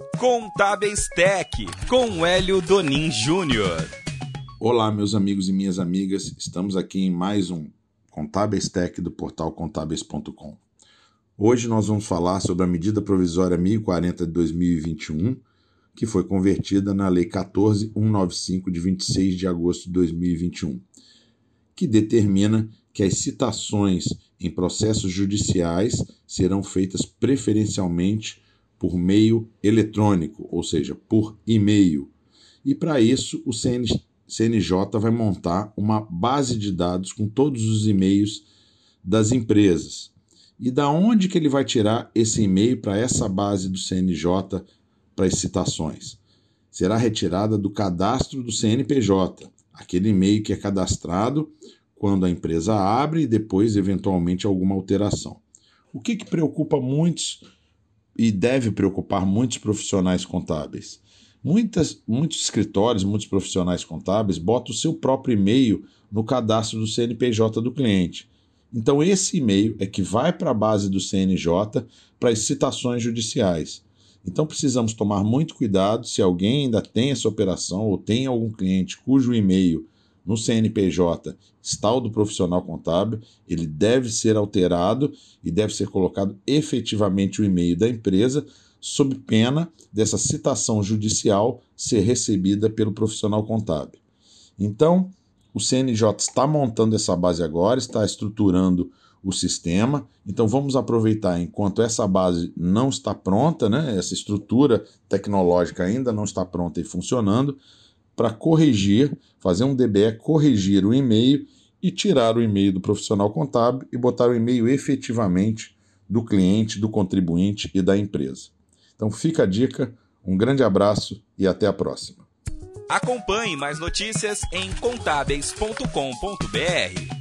Contábeis Tech, com Hélio Donin Júnior. Olá, meus amigos e minhas amigas. Estamos aqui em mais um Contábeis Tech do portal contábeis.com. Hoje nós vamos falar sobre a medida provisória 1040 de 2021, que foi convertida na Lei 14.195 de 26 de agosto de 2021, que determina que as citações em processos judiciais serão feitas preferencialmente por meio eletrônico, ou seja, por e-mail. E para isso, o CNJ vai montar uma base de dados com todos os e-mails das empresas. E da onde que ele vai tirar esse e-mail para essa base do CNJ para as citações? Será retirada do cadastro do CNPJ, aquele e-mail que é cadastrado quando a empresa abre e depois, eventualmente, alguma alteração. O que preocupa muitos e deve preocupar muitos profissionais contábeis? Muitos escritórios, muitos profissionais contábeis botam o seu próprio e-mail no cadastro do CNPJ do cliente. Então, esse e-mail é que vai para a base do CNJ para as citações judiciais. Então, precisamos tomar muito cuidado se alguém ainda tem essa operação ou tem algum cliente cujo e-mail no CNPJ está o do profissional contábil, ele deve ser alterado e deve ser colocado efetivamente o e-mail da empresa, sob pena dessa citação judicial ser recebida pelo profissional contábil. Então, o CNJ está montando essa base agora, está estruturando o sistema. Então, vamos aproveitar enquanto essa base não está pronta, né? Essa estrutura tecnológica ainda não está pronta e funcionando, para corrigir, fazer um DBE, corrigir o e-mail e tirar o e-mail do profissional contábil e botar o e-mail efetivamente do cliente, do contribuinte e da empresa. Então fica a dica, um grande abraço e até a próxima. Acompanhe mais notícias em contábeis.com.br.